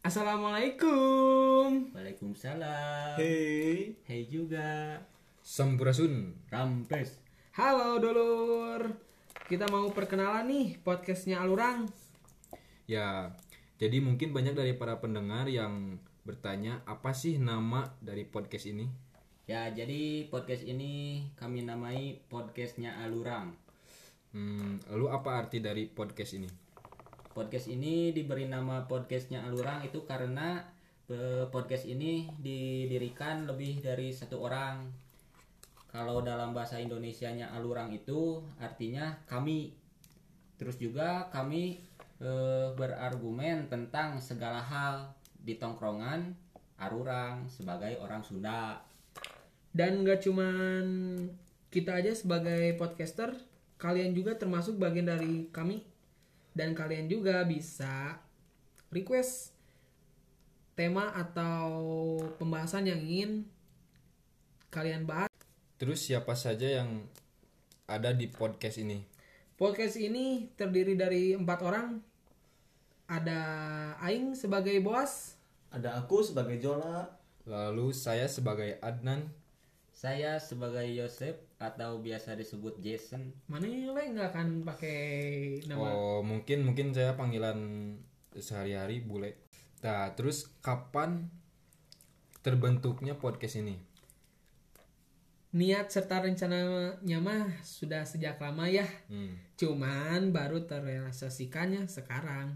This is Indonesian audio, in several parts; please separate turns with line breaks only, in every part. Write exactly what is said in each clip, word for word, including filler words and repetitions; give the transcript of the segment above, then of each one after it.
Assalamualaikum.
Waalaikumsalam.
Hei.
Hei juga.
Sampurasun.
Rampes.
Halo dulur. Kita mau perkenalan nih podcastnya Alurang.
Ya, jadi mungkin banyak dari para pendengar yang bertanya apa sih nama dari podcast ini?
Ya, jadi podcast ini kami namai podcastnya Alurang.
Hmm, lalu apa arti dari podcast ini?
Podcast ini diberi nama podcastnya Alurang itu karena eh, podcast ini didirikan lebih dari satu orang. Kalau dalam bahasa Indonesianya Alurang itu artinya kami. Terus juga kami eh, berargumen tentang segala hal di tongkrongan Alurang sebagai orang Sunda.
Dan gak cuman kita aja sebagai podcaster, kalian juga termasuk bagian dari kami. Dan kalian juga bisa request tema atau pembahasan yang ingin kalian bahas.
Terus siapa saja yang ada di podcast ini?
Podcast ini terdiri dari empat orang. Ada Aing sebagai Boas,
Ada aku sebagai Jola.
Lalu saya sebagai Adnan.
Saya sebagai Yosef atau biasa disebut Jason.
mana le nggak akan pakai nama.
Oh, mungkin mungkin saya panggilan sehari-hari bule. Nah, terus kapan terbentuknya podcast ini?
Niat serta rencananya mah sudah sejak lama ya.
Hmm.
Cuman baru terrealisasikannya sekarang.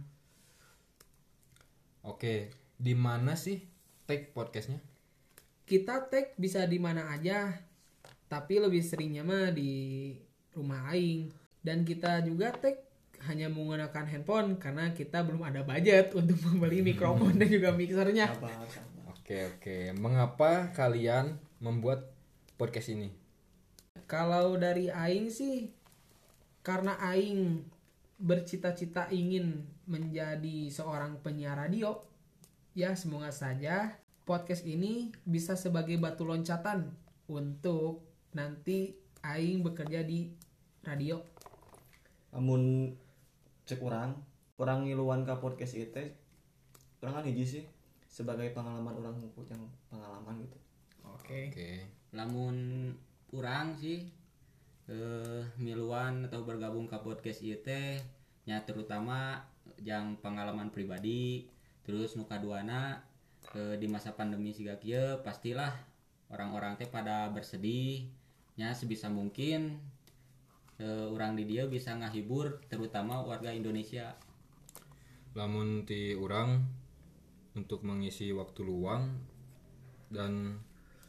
Oke, di mana sih tag podcastnya?
Kita tag bisa di mana aja, tapi lebih seringnya mah di rumah Aing. Dan kita juga tag hanya menggunakan handphone karena kita belum ada budget untuk membeli mikrofon dan juga mixernya.
Sabar, sabar.
Oke oke, mengapa kalian membuat podcast ini?
Kalau dari Aing sih, karena Aing bercita-cita ingin menjadi seorang penyiar radio, ya semoga saja podcast ini bisa sebagai batu loncatan untuk nanti Aing bekerja di radio.
Amun cek orang, orang ngiluan ke podcast itu, orang kan hiji sih sebagai pengalaman orang yang pengalaman gitu.
Oke.
Oke.
Lamun kurang sih eh, miluan atau bergabung ke podcast ieu teh nya terutama yang pengalaman pribadi. Terus nu kaduana eh, di masa pandemi siga kieu pastilah orang-orang teh pada bersedih nya sebisa mungkin eh, orang di dieu bisa ngahibur terutama warga Indonesia.
Lamun ti urang untuk mengisi waktu luang dan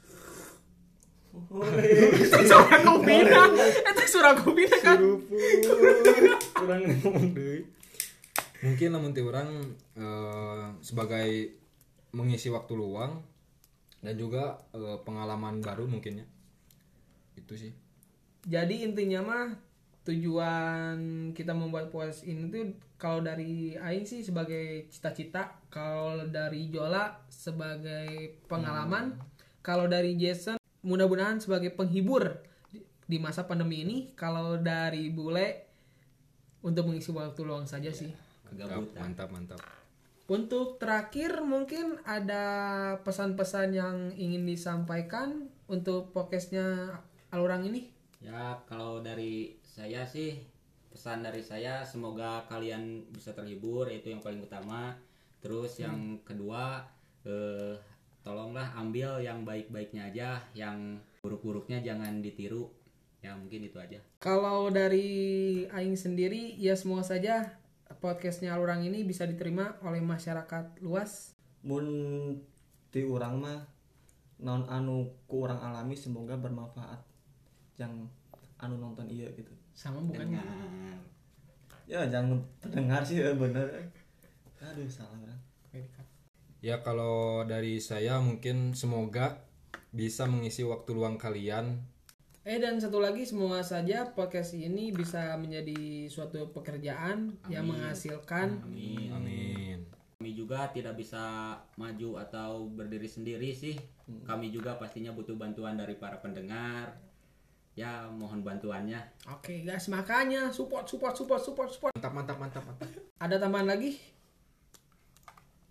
Surah Kubina, itu surah Kubina kan.
Kurang ngomong deui.
mungkin lamun ti urang eh, sebagai mengisi waktu luang dan juga eh, pengalaman baru mungkinnya. Itu sih.
Jadi intinya mah tujuan kita membuat podcast ini tuh kalau dari Aing sih sebagai cita-cita, kalau dari Jola sebagai pengalaman, kalau dari Jason mudah-mudahan sebagai penghibur di- di masa pandemi ini, kalau dari Bule untuk mengisi waktu luang saja sih.
Kegabutan.
Mantap mantap.
Untuk terakhir mungkin ada pesan-pesan yang ingin disampaikan untuk podcastnya Alurang ini.
Ya kalau dari saya sih pesan dari saya semoga kalian bisa terhibur, itu yang paling utama. Terus yang kedua eh, tolonglah ambil yang baik-baiknya aja, yang buruk-buruknya jangan ditiru. Ya mungkin itu aja.
Kalau dari Aing sendiri ya semoga saja podcastnya Alurang ini bisa diterima oleh masyarakat luas.
Mun ti urang mah non anu ku urang alami semoga bermanfaat yang anu nonton iya gitu.
Sama bukan?
Dengan
Ya jangan pendengar sih ya bener. Aduh salah orang.
Ya kalau dari saya mungkin semoga bisa mengisi waktu luang kalian.
Eh dan satu lagi semoga saja podcast ini bisa menjadi suatu pekerjaan yang menghasilkan.
Amin.
Amin.
Kami juga tidak bisa maju atau berdiri sendiri sih. Kami juga pastinya butuh bantuan dari para pendengar. Ya mohon bantuannya.
Oke guys, makanya support support support support support.
Mantap mantap mantap mantap.
Ada tambahan lagi?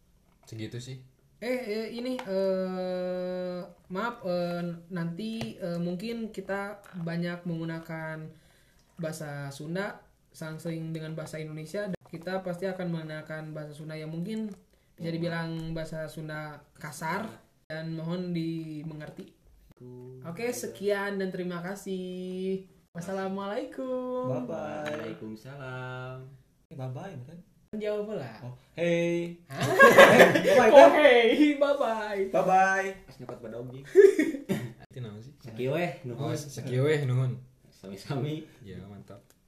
segitu sih.
Eh, eh, ini eh maaf eh, nanti eh, mungkin kita banyak menggunakan bahasa Sunda saling dengan bahasa Indonesia. Kita pasti akan menggunakan bahasa Sunda yang mungkin bisa dibilang bahasa Sunda kasar dan mohon dimengerti. Oke, sekian dan terima kasih. Wassalamualaikum.
Bye bye.
Waalaikumsalam.
Bye bye kan?
Jawab lah.
Oh, hey.
Bye bye. Hey, bye bye.
Bye bye.
Pas nyepat badogi.
Itu nama sih.
Sakieu weh
Oh,
nuhun.
sekieu weh nuhun.
Sami-sami.
Ya, mantap.